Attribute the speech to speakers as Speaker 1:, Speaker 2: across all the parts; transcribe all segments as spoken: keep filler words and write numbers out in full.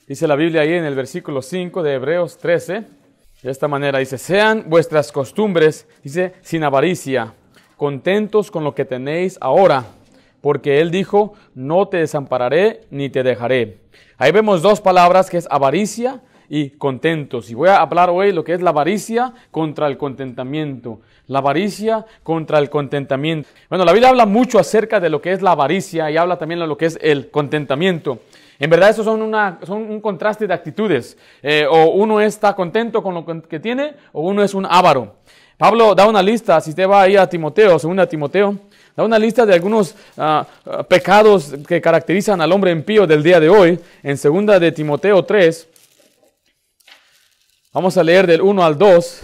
Speaker 1: Dice la Biblia ahí en el versículo cinco de Hebreos trece, de esta manera, dice, sean vuestras costumbres, dice, sin avaricia, contentos con lo que tenéis ahora, porque Él dijo, no te desampararé ni te dejaré. Ahí vemos dos palabras que es avaricia y contentos. Y voy a hablar hoy lo que es la avaricia contra el contentamiento. La avaricia contra el contentamiento. Bueno, la Biblia habla mucho acerca de lo que es la avaricia y habla también de lo que es el contentamiento. En verdad, estos son, una, son un contraste de actitudes. Eh, o uno está contento con lo que tiene, o uno es un avaro. Pablo da una lista, si usted va ahí a Timoteo, segunda Timoteo, da una lista de algunos uh, uh, pecados que caracterizan al hombre impío del día de hoy. En segunda de Timoteo tres, vamos a leer del uno al dos.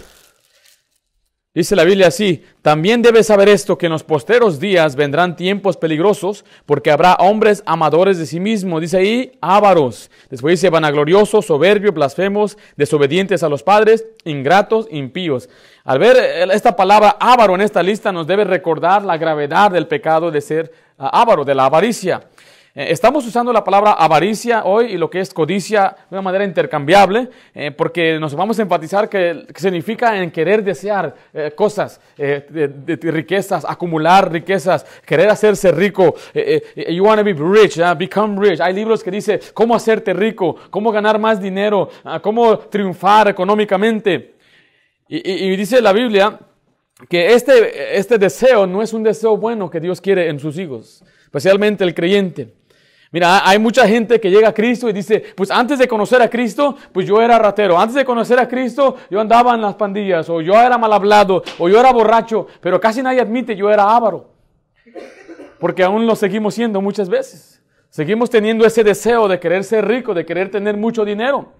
Speaker 1: Dice la Biblia así, también debes saber esto, que en los postreros días vendrán tiempos peligrosos, porque habrá hombres amadores de sí mismos, dice ahí, ávaros. Después dice, vanagloriosos, soberbios, blasfemos, desobedientes a los padres, ingratos, impíos. Al ver esta palabra ávaro en esta lista, nos debe recordar la gravedad del pecado de ser uh, ávaro, de la avaricia. Estamos usando la palabra avaricia hoy y lo que es codicia de una manera intercambiable, eh, porque nos vamos a enfatizar que, que significa en querer desear eh, cosas, eh, de, de, de riquezas, acumular riquezas, querer hacerse rico. Eh, eh, you want to be rich, uh, become rich. Hay libros que dicen cómo hacerte rico, cómo ganar más dinero, uh, cómo triunfar económicamente. Y, y, y dice la Biblia que este, este deseo no es un deseo bueno que Dios quiere en sus hijos, especialmente el creyente. Mira, hay mucha gente que llega a Cristo y dice, pues antes de conocer a Cristo, pues yo era ratero. Antes de conocer a Cristo, yo andaba en las pandillas, o yo era mal hablado, o yo era borracho, pero casi nadie admite yo era avaro. Porque aún lo seguimos siendo muchas veces. Seguimos teniendo ese deseo de querer ser rico, de querer tener mucho dinero.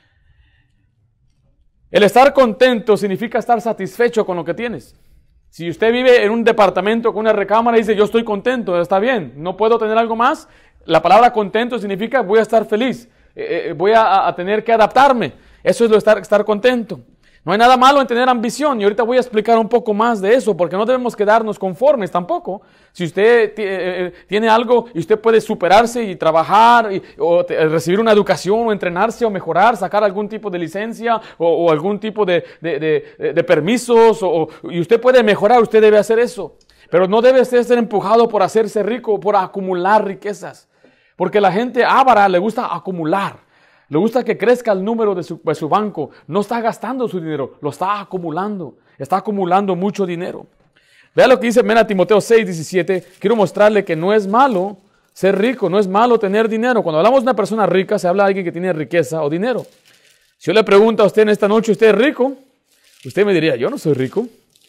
Speaker 1: El estar contento significa estar satisfecho con lo que tienes. Si usted vive en un departamento con una recámara y dice, yo estoy contento, está bien, no puedo tener algo más. La palabra contento significa voy a estar feliz, eh, eh, voy a, a tener que adaptarme. Eso es lo de estar, estar contento. No hay nada malo en tener ambición y ahorita voy a explicar un poco más de eso porque no debemos quedarnos conformes tampoco. Si usted eh, tiene algo y usted puede superarse y trabajar y, o te, recibir una educación o entrenarse o mejorar, sacar algún tipo de licencia o, o algún tipo de, de, de, de permisos o, y usted puede mejorar, usted debe hacer eso. Pero no debe usted ser empujado por hacerse rico, por acumular riquezas. Porque la gente ávara le gusta acumular, le gusta que crezca el número de su, de su banco, no está gastando su dinero, lo está acumulando, está acumulando mucho dinero. Vea lo que dice en Timoteo seis, diecisiete, quiero mostrarle que no es malo ser rico, no es malo tener dinero. Cuando hablamos de una persona rica, se habla de alguien que tiene riqueza o dinero. Si yo le pregunto a usted en esta noche, ¿usted es rico? Usted me diría, yo no soy rico.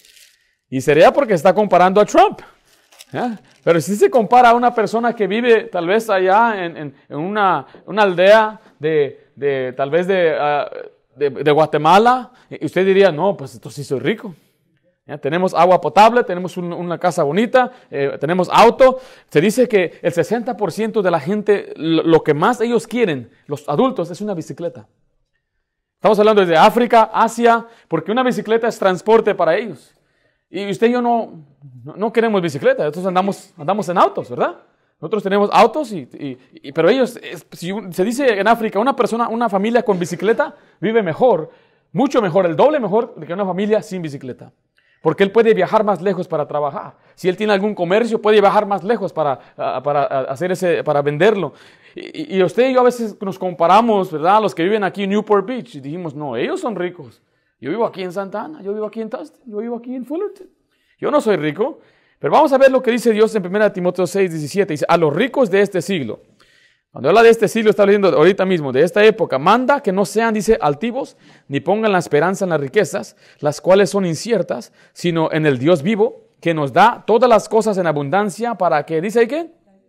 Speaker 1: Y sería porque está comparando a Trump. ¿Ya? Pero si se compara a una persona que vive tal vez allá en, en, en una, una aldea de, de tal vez de, uh, de, de Guatemala, y usted diría, no, pues entonces sí soy rico. ¿Ya? Tenemos agua potable, tenemos un, una casa bonita, eh, tenemos auto. Se dice que el sesenta por ciento de la gente, lo, lo que más ellos quieren, los adultos, es una bicicleta. Estamos hablando desde África, Asia, porque una bicicleta es transporte para ellos. Y usted y yo no, no, no queremos bicicleta, nosotros andamos, andamos en autos, ¿verdad? Nosotros tenemos autos, y, y, y, pero ellos, es, si se dice en África, una persona, una familia con bicicleta vive mejor, mucho mejor, el doble mejor que una familia sin bicicleta. Porque él puede viajar más lejos para trabajar. Si él tiene algún comercio, puede viajar más lejos para, uh, para, hacer ese, para venderlo. Y, y usted y yo a veces nos comparamos, ¿verdad? Los que viven aquí en Newport Beach, y dijimos, no, ellos son ricos. Yo vivo aquí en Santa Ana, yo vivo aquí en Tustin, yo vivo aquí en Fullerton. Yo no soy rico, pero vamos a ver lo que dice Dios en primera Timoteo seis, diecisiete. Dice, a los ricos de este siglo. Cuando habla de este siglo, está leyendo ahorita mismo, de esta época, manda que no sean, dice, altivos, ni pongan la esperanza en las riquezas, las cuales son inciertas, sino en el Dios vivo, que nos da todas las cosas en abundancia, para que, dice, ¿qué?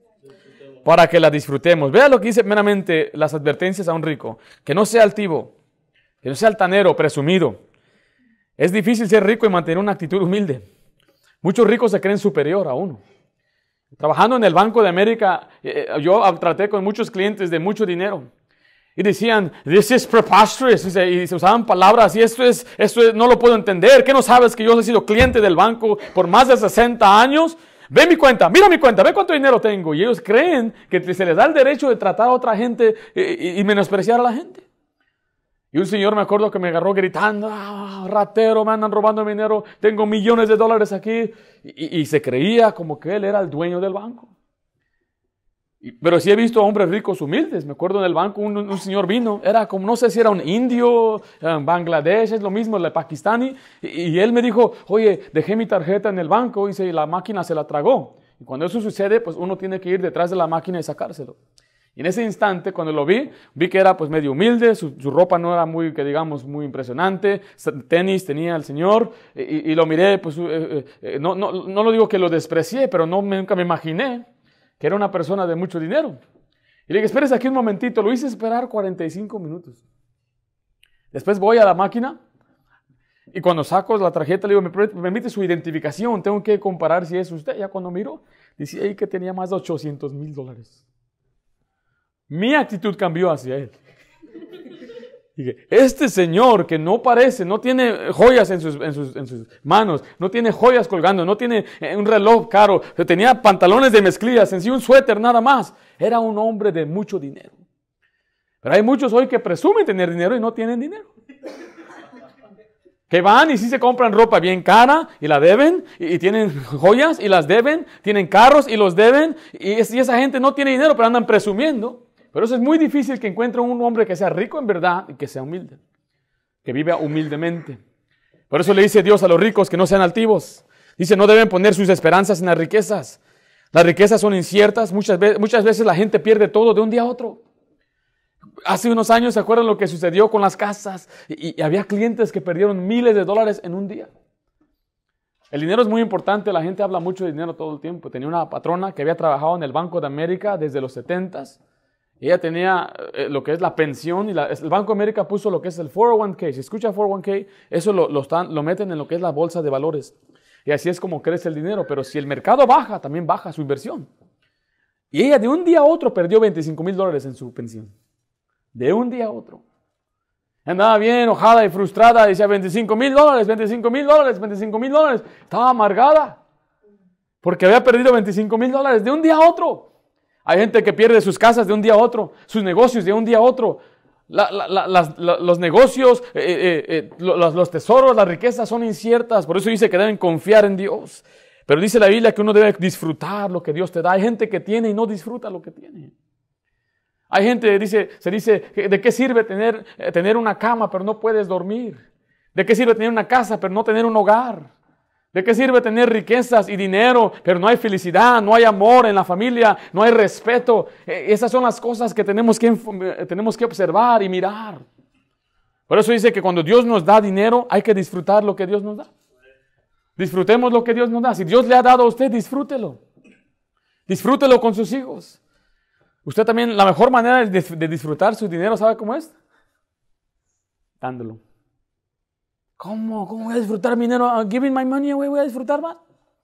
Speaker 1: Para que las disfrutemos. Vea lo que dice meramente las advertencias a un rico. Que no sea altivo, que no sea altanero, presumido. Es difícil ser rico y mantener una actitud humilde. Muchos ricos se creen superior a uno. Trabajando en el Banco de América, eh, yo traté con muchos clientes de mucho dinero. Y decían, this is preposterous. Y se, y se usaban palabras, y esto es, esto es, no lo puedo entender. ¿Qué no sabes que yo he sido cliente del banco por más de sesenta años? ve mi cuenta, mira mi cuenta, ve cuánto dinero tengo. Y ellos creen que se les da el derecho de tratar a otra gente y, y, y menospreciar a la gente. Y un señor me acuerdo que me agarró gritando, ah, ratero, me andan robando mi dinero, tengo millones de dólares aquí. Y, y se creía como que él era el dueño del banco. Y, pero sí he visto hombres ricos humildes. Me acuerdo en el banco un, un señor vino, era como, no sé si era un indio, en Bangladesh, es lo mismo, el pakistani. Y, y él me dijo, oye, dejé mi tarjeta en el banco y se, la máquina se la tragó. Y cuando eso sucede, pues uno tiene que ir detrás de la máquina y sacárselo. Y en ese instante, cuando lo vi, vi que era pues medio humilde, su, su ropa no era muy, que digamos, muy impresionante, tenis tenía el señor, y, y lo miré, pues eh, eh, no, no, no lo digo que lo desprecié, pero no, nunca me imaginé que era una persona de mucho dinero. Y le dije, espérese aquí un momentito, lo hice esperar cuarenta y cinco minutos. Después voy a la máquina, y cuando saco la tarjeta, le digo, me permite su identificación, tengo que comparar si es usted. Ya cuando miro, decía ahí que tenía más de ochocientos mil dólares. Mi actitud cambió hacia él. Dije, este señor que no parece, no tiene joyas en sus, en, sus, en sus manos, no tiene joyas colgando, no tiene un reloj caro, tenía pantalones de mezclilla, en sí un suéter nada más. Era un hombre de mucho dinero. Pero hay muchos hoy que presumen tener dinero y no tienen dinero. Que van y sí se compran ropa bien cara y la deben, y, y tienen joyas y las deben, tienen carros y los deben, y, es, y esa gente no tiene dinero pero andan presumiendo. Pero eso es muy difícil que encuentre un hombre que sea rico en verdad y que sea humilde, que viva humildemente. Por eso le dice Dios a los ricos que no sean altivos. Dice, no deben poner sus esperanzas en las riquezas. Las riquezas son inciertas, muchas veces, muchas veces la gente pierde todo de un día a otro. Hace unos años, ¿se acuerdan lo que sucedió con las casas? Y, y había clientes que perdieron miles de dólares en un día. El dinero es muy importante, la gente habla mucho de dinero todo el tiempo. Tenía una patrona que había trabajado en el Banco de América desde los setentas. Ella tenía eh, lo que es la pensión, y la, el Banco de América puso lo que es el cuatro oh uno k. Si escucha cuatro oh uno k, eso lo, lo, están, lo meten en lo que es la bolsa de valores. Y así es como crece el dinero. Pero si el mercado baja, también baja su inversión. Y ella de un día a otro perdió veinticinco mil dólares en su pensión. De un día a otro. Andaba bien enojada y frustrada. Decía veinticinco mil dólares, veinticinco mil dólares, veinticinco mil dólares. Estaba amargada. Porque había perdido veinticinco mil dólares de un día a otro. Hay gente que pierde sus casas de un día a otro, sus negocios de un día a otro. La, la, la, las, la, los negocios, eh, eh, eh, los, los tesoros, las riquezas son inciertas. Por eso dice que deben confiar en Dios. Pero dice la Biblia que uno debe disfrutar lo que Dios te da. Hay gente que tiene y no disfruta lo que tiene. Hay gente, dice, se dice, ¿de qué sirve tener, eh, tener una cama pero no puedes dormir? ¿De qué sirve tener una casa pero no tener un hogar? ¿De qué sirve tener riquezas y dinero, pero no hay felicidad, no hay amor en la familia, no hay respeto? Esas son las cosas que tenemos que, tenemos que observar y mirar. Por eso dice que cuando Dios nos da dinero, hay que disfrutar lo que Dios nos da. Disfrutemos lo que Dios nos da. Si Dios le ha dado a usted, disfrútelo. Disfrútelo con sus hijos. Usted también, la mejor manera de, de disfrutar su dinero, ¿sabe cómo es? Dándolo. ¿Cómo? ¿Cómo voy a disfrutar mi dinero? I'm giving my money away, voy a disfrutar más.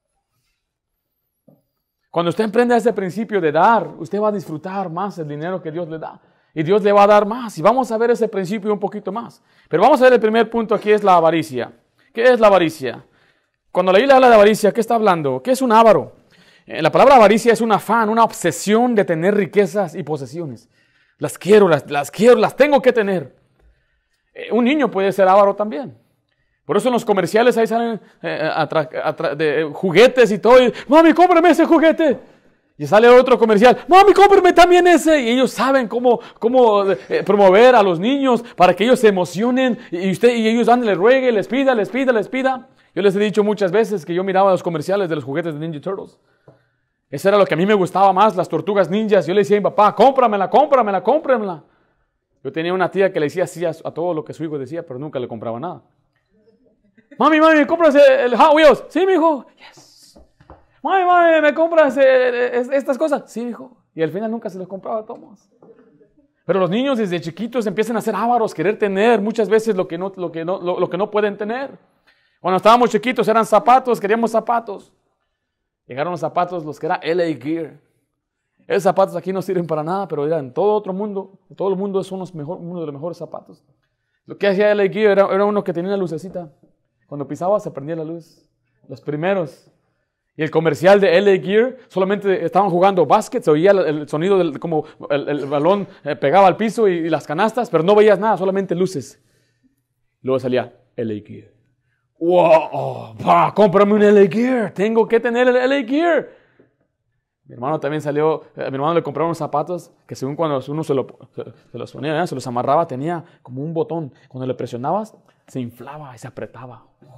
Speaker 1: Cuando usted emprende ese principio de dar, usted va a disfrutar más el dinero que Dios le da. Y Dios le va a dar más. Y vamos a ver ese principio un poquito más. Pero vamos a ver el primer punto aquí, es la avaricia. ¿Qué es la avaricia? Cuando la Biblia habla de avaricia, ¿qué está hablando? ¿Qué es un avaro? Eh, la palabra avaricia es un afán, una obsesión de tener riquezas y posesiones. Las quiero, las, las quiero, las tengo que tener. Eh, un niño puede ser avaro también. Por eso en los comerciales ahí salen eh, atra, atra, de, eh, juguetes y todo. Y, mami, cómprame ese juguete. Y sale otro comercial. Mami, cómprame también ese. Y ellos saben cómo, cómo eh, promover a los niños para que ellos se emocionen. Y, usted, y ellos dan, les ruegue, les pida, les pida, les pida. Yo les he dicho muchas veces que yo miraba los comerciales de los juguetes de Ninja Turtles. Eso era lo que a mí me gustaba más, las tortugas ninjas. Yo le decía a mi papá, cómpramela, cómpramela, cómpramela. Yo tenía una tía que le decía así a, a todo lo que su hijo decía, pero nunca le compraba nada. Mami, mami, ¿me compras el Hot Wheels? Sí, mijo. Yes. Mami, mami, ¿me compras eh, estas cosas? Sí, mijo. Y al final nunca se los compraba a todos. Pero los niños desde chiquitos empiezan a ser ávaros, querer tener muchas veces lo que no, lo que no, lo, lo que no pueden tener. Cuando estábamos chiquitos eran zapatos, queríamos zapatos. Llegaron los zapatos, los que era L A Gear. Esos zapatos aquí no sirven para nada, pero en todo otro mundo, en todo el mundo son los mejor, uno de los mejores zapatos. Lo que hacía L A Gear era, era uno que tenía una lucecita. Cuando pisaba se prendía la luz. Los primeros. Y el comercial de L A Gear, solamente estaban jugando básquet, se oía el, el sonido del, como el, el balón eh, pegaba al piso y, y las canastas, pero no veías nada, solamente luces. Luego salía L A Gear. ¡Wow! Oh, pa, cómprame un L A Gear, tengo que tener el L A Gear. Mi hermano también salió, a mi hermano le compraron unos zapatos que según cuando uno se, lo, se, se los ponía, ¿eh? se los amarraba, tenía como un botón. Cuando le presionabas, se inflaba y se apretaba. ¡Wow!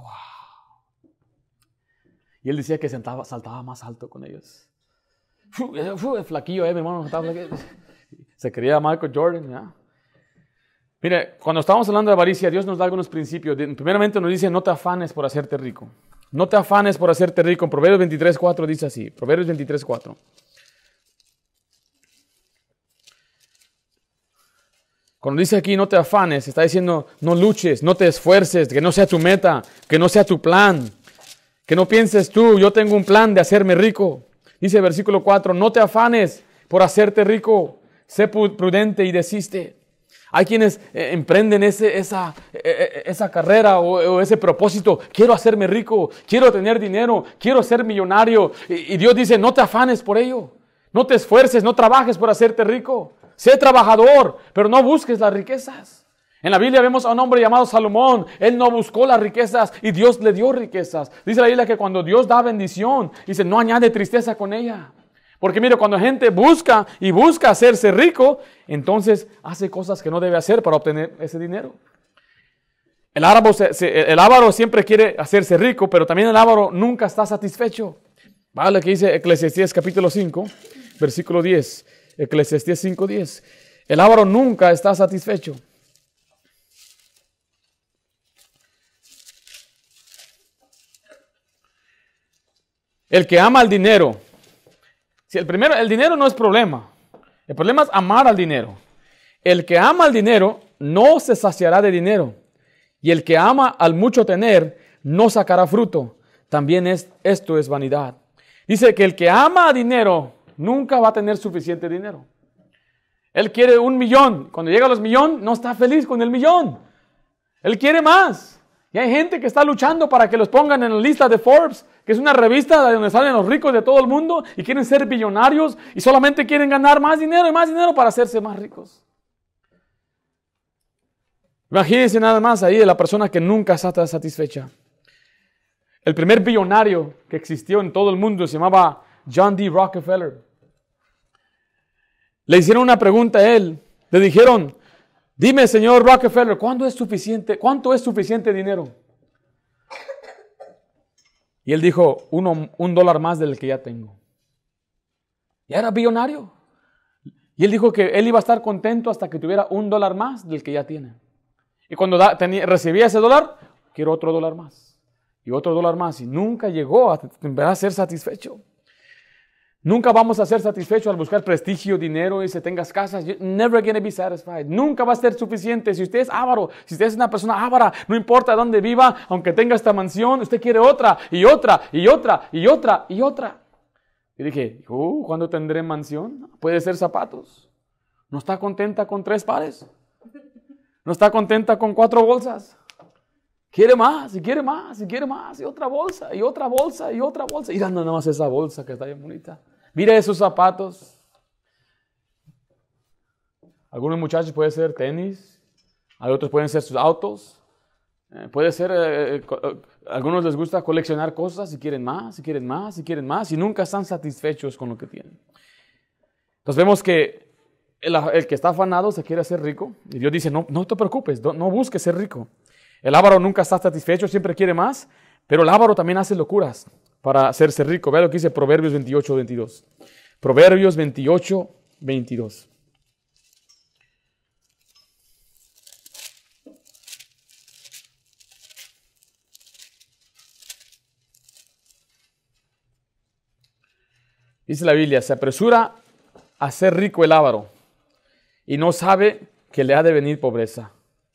Speaker 1: Y él decía que saltaba, saltaba más alto con ellos. Fu, fu, el flaquillo, eh, mi hermano. Se creía Michael Jordan. ¿ya? Mire, cuando estamos hablando de avaricia, Dios nos da algunos principios. Primeramente nos dice, no te afanes por hacerte rico. No te afanes por hacerte rico. En Proverbios veintitrés cuatro dice así. Proverbios veintitrés cuatro. Cuando dice aquí, no te afanes, está diciendo, no luches, no te esfuerces, que no sea tu meta, que no sea tu plan. Que no pienses tú, yo tengo un plan de hacerme rico. Dice el versículo cuatro, no te afanes por hacerte rico, sé prudente y desiste. Hay quienes eh, emprenden ese, esa, eh, esa carrera o, o ese propósito, quiero hacerme rico, quiero tener dinero, quiero ser millonario. Y, y Dios dice, no te afanes por ello, no te esfuerces, no trabajes por hacerte rico. Sé trabajador, pero no busques las riquezas. En la Biblia vemos a un hombre llamado Salomón. Él no buscó las riquezas y Dios le dio riquezas. Dice la Biblia que cuando Dios da bendición, dice, no añade tristeza con ella. Porque mire, cuando gente busca y busca hacerse rico, entonces hace cosas que no debe hacer para obtener ese dinero. El avaro, se, se, el avaro siempre quiere hacerse rico, pero también el avaro nunca está satisfecho. Vale, que dice Eclesiastés capítulo cinco, versículo diez. Eclesiastés cinco, diez. El avaro nunca está satisfecho. El que ama el dinero, si el primero, el dinero no es problema, el problema es amar al dinero. El que ama al dinero no se saciará de dinero, y el que ama al mucho tener no sacará fruto. También es, esto es vanidad. Dice que el que ama a dinero nunca va a tener suficiente dinero. Él quiere un millón, cuando llega a los millones no está feliz con el millón. Él quiere más. Y hay gente que está luchando para que los pongan en la lista de Forbes, que es una revista donde salen los ricos de todo el mundo y quieren ser billonarios y solamente quieren ganar más dinero y más dinero para hacerse más ricos. Imagínense nada más ahí de la persona que nunca está satisfecha. El primer billonario que existió en todo el mundo se llamaba John D. Rockefeller. Le hicieron una pregunta a él. Le dijeron, dime, señor Rockefeller, ¿cuánto es suficiente, cuánto es suficiente dinero? Y él dijo, uno, un dólar más del que ya tengo. Ya era billonario. Y él dijo que él iba a estar contento hasta que tuviera un dólar más del que ya tiene. Y cuando da, tenía, recibía ese dólar, quiero otro dólar más. Y otro dólar más. Y nunca llegó a, a ser satisfecho. Nunca vamos a ser satisfechos al buscar prestigio, dinero y si tengas casas. You're never going to be satisfied. Nunca va a ser suficiente. Si usted es avaro, si usted es una persona avara, no importa dónde viva, aunque tenga esta mansión, usted quiere otra y otra y otra y otra y otra. Y dije, uh, ¿cuándo tendré mansión? Puede ser zapatos. ¿No está contenta con tres pares? ¿No está contenta con cuatro bolsas? Quiere más, y quiere más, y quiere más, y otra bolsa, y otra bolsa, y otra bolsa. Y dando nada más esa bolsa que está bien bonita. Mira esos zapatos. Algunos muchachos pueden ser tenis, otros pueden ser sus autos. Eh, puede ser, eh, eh, a algunos les gusta coleccionar cosas y quieren más, y quieren más, y quieren más, y nunca están satisfechos con lo que tienen. Entonces vemos que el, el que está afanado se quiere hacer rico, y Dios dice, no, no te preocupes, no, no busques ser rico. El avaro nunca está satisfecho, siempre quiere más, pero el avaro también hace locuras para hacerse rico. Vea lo que dice Proverbios veintiocho, veintidós. Proverbios veintiocho, veintidós. Dice la Biblia, se apresura a ser rico el avaro y no sabe que le ha de venir pobreza.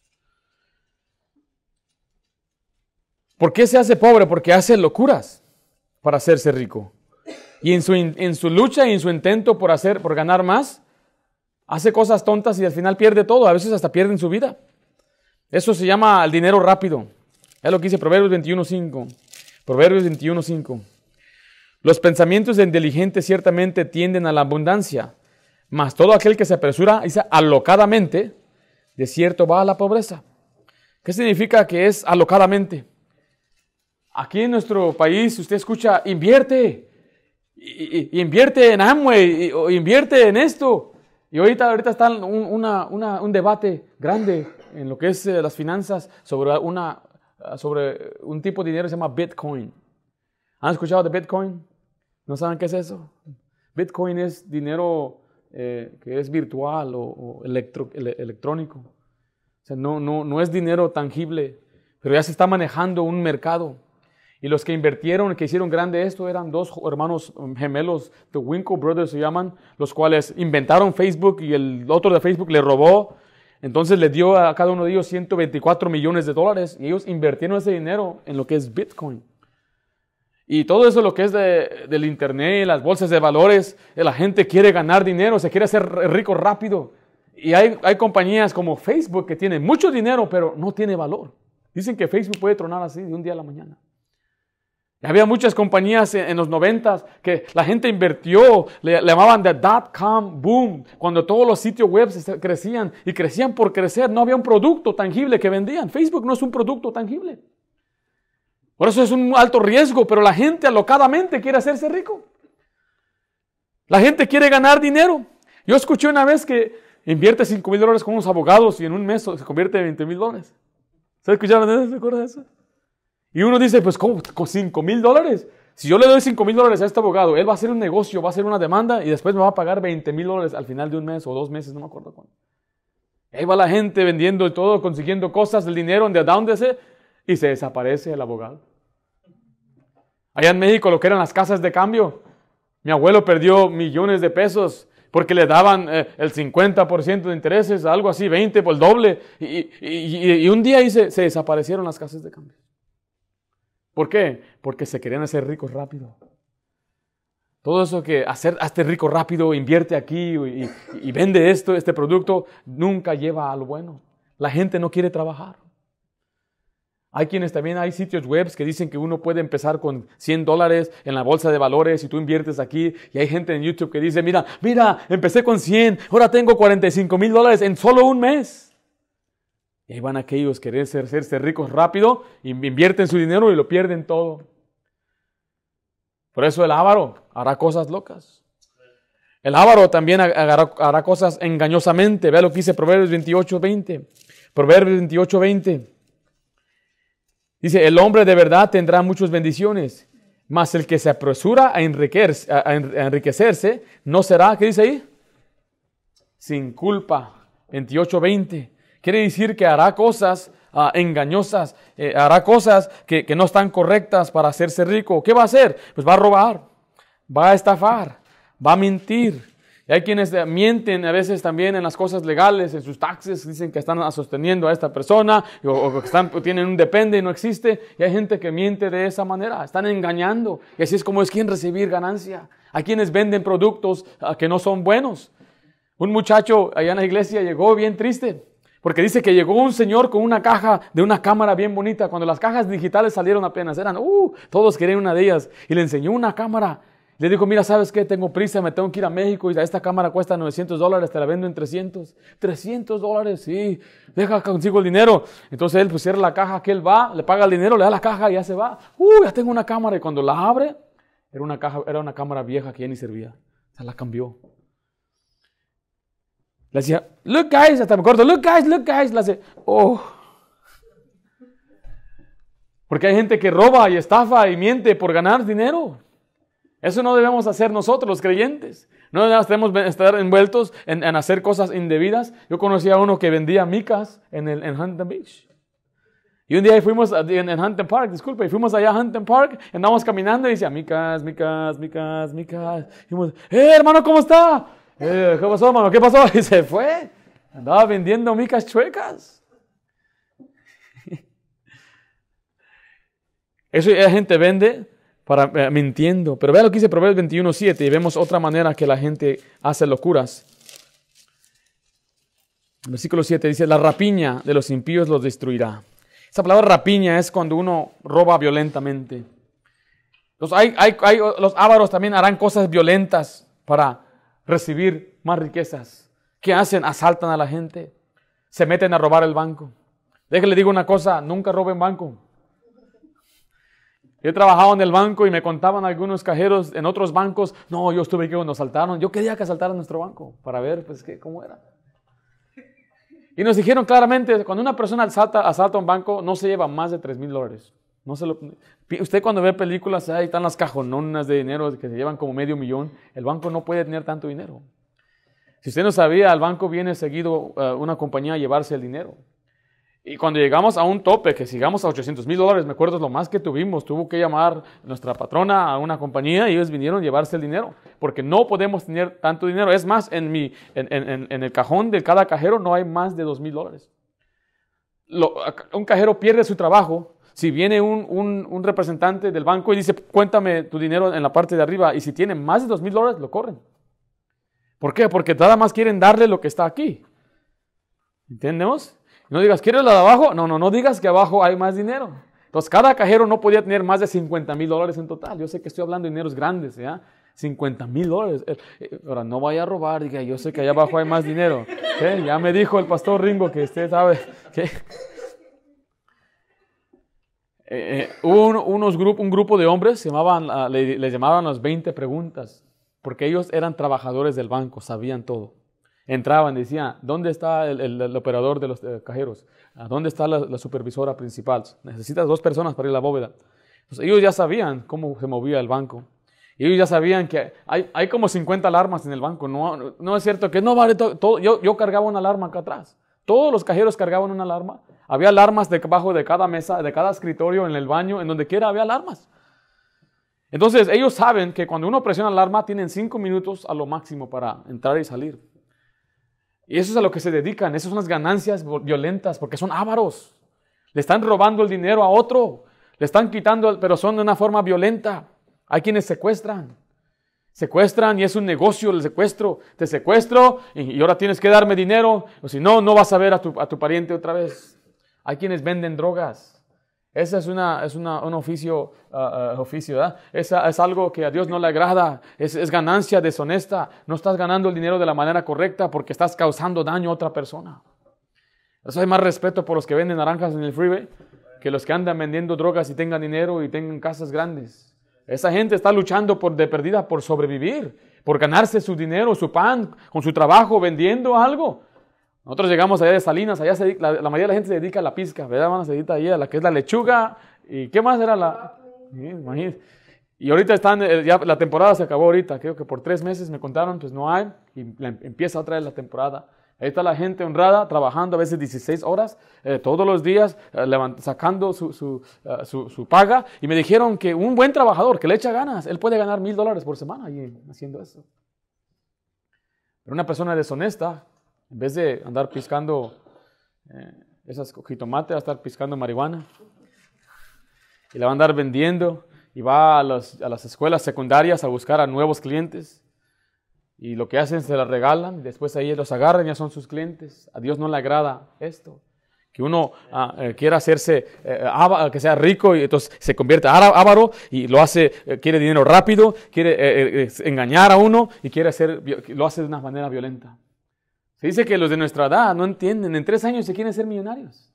Speaker 1: ¿Por qué se hace pobre? Porque hace locuras para hacerse rico. Y en su, en su lucha y en su intento por, hacer, por ganar más, hace cosas tontas y al final pierde todo. A veces hasta pierden su vida. Eso se llama el dinero rápido. Es lo que dice Proverbios veintiuno, cinco. Proverbios veintiuno, cinco. Los pensamientos del inteligente ciertamente tienden a la abundancia, mas todo aquel que se apresura, dice, alocadamente, de cierto va a la pobreza. ¿Qué significa que es alocadamente? Aquí en nuestro país usted escucha, invierte, y, y, invierte en Amway, y, o invierte en esto. Y ahorita, ahorita está un, una, una, un debate grande en lo que es eh, las finanzas sobre, una, sobre un tipo de dinero que se llama Bitcoin. ¿Han escuchado de Bitcoin? ¿No saben qué es eso? Bitcoin es dinero eh, que es virtual o, o electro, ele, electrónico. O sea, no, no, no es dinero tangible, pero ya se está manejando un mercado. Y los que invirtieron, que hicieron grande esto, eran dos hermanos gemelos, The Winkle Brothers se llaman, los cuales inventaron Facebook y el otro de Facebook le robó. Entonces le dio a cada uno de ellos ciento veinticuatro millones de dólares y ellos invirtieron ese dinero en lo que es Bitcoin. Y todo eso lo que es de, del internet, las bolsas de valores, la gente quiere ganar dinero, se quiere hacer rico rápido. Y hay, hay compañías como Facebook que tienen mucho dinero, pero no tiene valor. Dicen que Facebook puede tronar así de un día a la mañana. Y había muchas compañías en, en los noventas que la gente invirtió, le, le llamaban the dot-com boom, cuando todos los sitios web crecían y crecían por crecer, no había un producto tangible que vendían. Facebook no es un producto tangible. Por eso es un alto riesgo, pero la gente alocadamente quiere hacerse rico. La gente quiere ganar dinero. Yo escuché una vez que invierte cinco mil dólares con unos abogados y en un mes se convierte en veinte mil dólares. ¿Se escucharon eso? ¿Se acuerdan de eso? Y uno dice, pues ¿cómo? ¿Con cinco mil dólares? Si yo le doy cinco mil dólares a este abogado, él va a hacer un negocio, va a hacer una demanda y después me va a pagar veinte mil dólares al final de un mes o dos meses, no me acuerdo cuándo. Ahí va la gente vendiendo todo, consiguiendo cosas, el dinero, de dónde se, y se desaparece el abogado. Allá en México, lo que eran las casas de cambio, mi abuelo perdió millones de pesos porque le daban eh, el cincuenta por ciento de intereses, algo así, veinte por el doble, y, y, y, y un día ahí se, se desaparecieron las casas de cambio. ¿Por qué? Porque se querían hacer ricos rápido. Todo eso que hacer, hazte rico rápido, invierte aquí y, y, y vende esto, este producto, nunca lleva a lo bueno. La gente no quiere trabajar. Hay quienes también, hay sitios web que dicen que uno puede empezar con cien dólares en la bolsa de valores y tú inviertes aquí. Y hay gente en YouTube que dice, mira, mira, empecé con cien, ahora tengo cuarenta y cinco mil dólares en solo un mes. Y ahí van aquellos que quieren hacerse ricos rápido, invierten su dinero y lo pierden todo. Por eso el avaro hará cosas locas. El avaro también hará, hará cosas engañosamente. Vea lo que dice Proverbios veintiocho veinte. Proverbios veintiocho veinte. Dice, el hombre de verdad tendrá muchas bendiciones, mas el que se apresura a enriquecerse, a enriquecerse no será, ¿qué dice ahí? Sin culpa. veintiocho veinte. Quiere decir que hará cosas uh, engañosas, eh, hará cosas que, que no están correctas para hacerse rico. ¿Qué va a hacer? Pues va a robar, va a estafar, va a mentir. Y hay quienes mienten a veces también en las cosas legales, en sus taxes, dicen que están sosteniendo a esta persona o, o que están, tienen un depende y no existe. Y hay gente que miente de esa manera, están engañando. Y así es como es quien recibir ganancia. Hay quienes venden productos uh, que no son buenos. Un muchacho allá en la iglesia llegó bien triste, porque dice que llegó un señor con una caja de una cámara bien bonita. Cuando las cajas digitales salieron apenas, eran, uh, todos querían una de ellas. Y le enseñó una cámara. Le dijo, mira, ¿sabes qué? Tengo prisa, me tengo que ir a México y esta cámara cuesta novecientos dólares, te la vendo en trescientos. trescientos dólares, sí, deja consigo el dinero. Entonces él pues cierra la caja, que él va, le paga el dinero, le da la caja y ya se va. Uh, ya tengo una cámara. Y cuando la abre, era una, caja, era una cámara vieja que ya ni servía. Se la cambió. Le decía, look guys, hasta me acuerdo, look guys, look guys. Le hace, oh. Porque hay gente que roba y estafa y miente por ganar dinero. Eso no debemos hacer nosotros, los creyentes. No debemos estar envueltos en, en hacer cosas indebidas. Yo conocí a uno que vendía micas en, el, en Huntington Beach. Y un día fuimos a, en, en Huntington Park, disculpe, y fuimos allá a Huntington Park, andamos caminando y decía, micas, micas, micas, micas. Y dijimos, eh, hermano, ¿cómo está? Eh, ¿Qué pasó, hermano? ¿Qué pasó? Y se fue. Andaba vendiendo micas chuecas. Eso la gente vende para, eh, mintiendo. Pero vea lo que dice Proverbios veintiuno siete y vemos otra manera que la gente hace locuras. Versículo siete dice, la rapiña de los impíos los destruirá. Esa palabra rapiña es cuando uno roba violentamente. Entonces, hay, hay, hay, los ávaros también harán cosas violentas para recibir más riquezas. ¿Qué hacen? Asaltan a la gente. Se meten a robar el banco. Déjenle digo una cosa, nunca roben banco. Yo he trabajado en el banco y me contaban algunos cajeros en otros bancos, no, yo estuve aquí cuando asaltaron. Yo quería que asaltaran nuestro banco para ver pues, qué, cómo era. Y nos dijeron claramente, cuando una persona asalta, asalta un banco, no se lleva más de tres mil dólares. No se lo, usted cuando ve películas, ahí están las cajononas de dinero que se llevan como medio millón. El banco no puede tener tanto dinero. Si usted no sabía, al banco viene seguido uh, una compañía a llevarse el dinero. Y cuando llegamos a un tope, que sigamos a ochocientos mil dólares, me acuerdo es lo más que tuvimos, tuvo que llamar nuestra patrona a una compañía y ellos vinieron a llevarse el dinero, porque no podemos tener tanto dinero. Es más, en, mi, en, en, en el cajón de cada cajero no hay más de dos mil dólares. Lo, un cajero pierde su trabajo si viene un, un, un representante del banco y dice, cuéntame tu dinero en la parte de arriba, y si tiene más de dos mil dólares, lo corren. ¿Por qué? Porque nada más quieren darle lo que está aquí. ¿Entendemos? No digas, ¿quieres la de abajo? No, no, no digas que abajo hay más dinero. Entonces, cada cajero no podía tener más de cincuenta mil dólares en total. Yo sé que estoy hablando de dineros grandes, ¿ya? cincuenta mil dólares. Ahora, no vaya a robar, diga, yo sé que allá abajo hay más dinero. ¿Qué? Ya me dijo el pastor Ringo que usted sabe. ¿Qué? Eh, eh, hubo un, unos grup, un grupo de hombres, se llamaban, uh, le, les llamaban las veinte preguntas, porque ellos eran trabajadores del banco, sabían todo. Entraban y decían, ¿dónde está el, el, el operador de los eh, cajeros? ¿Dónde está la, la supervisora principal? Necesitas dos personas para ir a la bóveda. Entonces, ellos ya sabían cómo se movía el banco. Y ellos ya sabían que hay, hay como cincuenta alarmas en el banco. No, no es cierto que no vale todo. todo. Yo, yo cargaba una alarma acá atrás. Todos los cajeros cargaban una alarma. Había alarmas debajo de cada mesa, de cada escritorio, en el baño, en donde quiera había alarmas. Entonces, ellos saben que cuando uno presiona la alarma, tienen cinco minutos a lo máximo para entrar y salir. Y eso es a lo que se dedican. Esas son las ganancias violentas, porque son ávaros. Le están robando el dinero a otro. Le están quitando, pero son de una forma violenta. Hay quienes secuestran. Secuestran y es un negocio el secuestro. Te secuestro y ahora tienes que darme dinero. O si no, no vas a ver a tu, a tu pariente otra vez. Hay quienes venden drogas. Ese es, una, es una, un oficio, uh, uh, oficio ¿verdad? Es, es algo que a Dios no le agrada. Es, es ganancia deshonesta. No estás ganando el dinero de la manera correcta porque estás causando daño a otra persona. Eso hay más respeto por los que venden naranjas en el freeway que los que andan vendiendo drogas y tengan dinero y tengan casas grandes. Esa gente está luchando por, de perdida por sobrevivir, por ganarse su dinero, su pan, con su trabajo, vendiendo algo. Nosotros llegamos allá de Salinas, allá se, la, la mayoría de la gente se dedica a la pizca, ¿verdad? Van a se dedica ahí a la que es la lechuga, y ¿qué más era la? Imagínate. Y ahorita están, ya la temporada se acabó ahorita, creo que por tres meses me contaron, pues no hay, y la, empieza otra vez la temporada. Ahí está la gente honrada, trabajando a veces dieciséis horas, eh, todos los días, eh, levant, sacando su, su, uh, su, su paga, y me dijeron que un buen trabajador que le echa ganas, él puede ganar mil dólares por semana ahí haciendo eso. Pero una persona deshonesta, en vez de andar piscando eh, esas jitomates, va a estar piscando marihuana. Y la va a andar vendiendo. Y va a, los, a las escuelas secundarias a buscar a nuevos clientes. Y lo que hacen se la regalan. Y después ahí los agarran y ya son sus clientes. A Dios no le agrada esto. Que uno uh, eh, quiera hacerse, eh, ava, que sea rico y entonces se convierte avaro y lo hace, eh, quiere dinero rápido, quiere eh, eh, engañar a uno y quiere hacer, lo hace de una manera violenta. Se dice que los de nuestra edad no entienden, en tres años se quieren ser millonarios.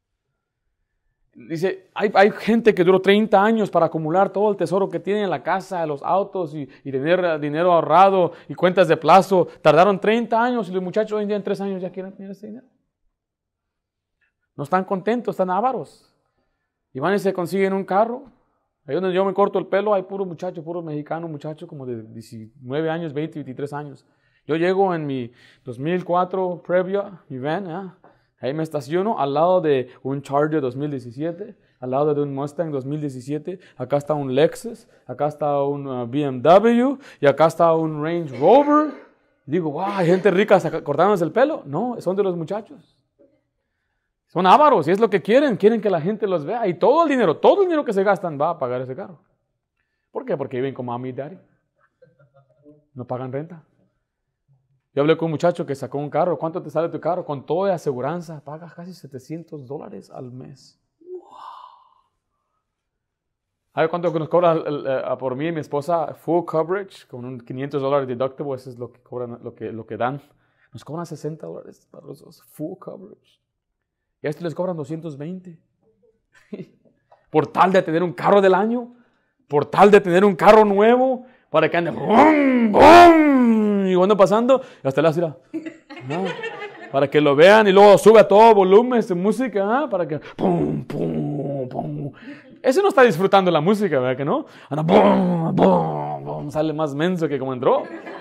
Speaker 1: Dice, hay, hay gente que duró treinta años para acumular todo el tesoro que tiene en la casa, los autos y, y tener dinero ahorrado y cuentas de plazo. Tardaron treinta años y los muchachos hoy en día en tres años ya quieren tener ese dinero. No están contentos, están ávaros. Y van y se consiguen un carro. Ahí donde yo me corto el pelo hay puros muchachos, puros mexicanos, muchachos como de diecinueve años, veinte, veintitrés años. Yo llego en mi dos mil cuatro Previa, mi van, ¿eh? Ahí me estaciono al lado de un Charger dos mil diecisiete, al lado de un Mustang dos mil diecisiete, acá está un Lexus, acá está un uh, B M W y acá está un Range Rover. Y digo, wow, hay gente rica cortándose el pelo. No, son de los muchachos. Son ávaros y es lo que quieren, quieren que la gente los vea. Y todo el dinero, todo el dinero que se gastan va a pagar ese carro. ¿Por qué? Porque viven como mami y daddy. No pagan renta. Yo hablé con un muchacho que sacó un carro. ¿Cuánto te sale tu carro? Con toda la aseguranza, pagas casi setecientos dólares al mes. Wow. ¿Sabe cuánto nos cobra el, el, el, por mí y mi esposa? Full coverage, con un quinientos dólares deductible, eso es lo que cobran, lo que, lo que dan. Nos cobran sesenta dólares para los dos, full coverage. Y a estos les cobran doscientos veinte. Por tal de tener un carro del año, por tal de tener un carro nuevo, para que ande ¡bum! ¡Bum! Y cuando pasando, hasta la ciudad. ¿No? Para que lo vean y luego sube a todo volumen su música, ¿eh? Para que ¡pum! ¡Pum! ¡Pum! Ese no está disfrutando la música, ¿verdad que no? Anda ¡bum! ¡Bum! ¡Bum! Sale más menso que como entró.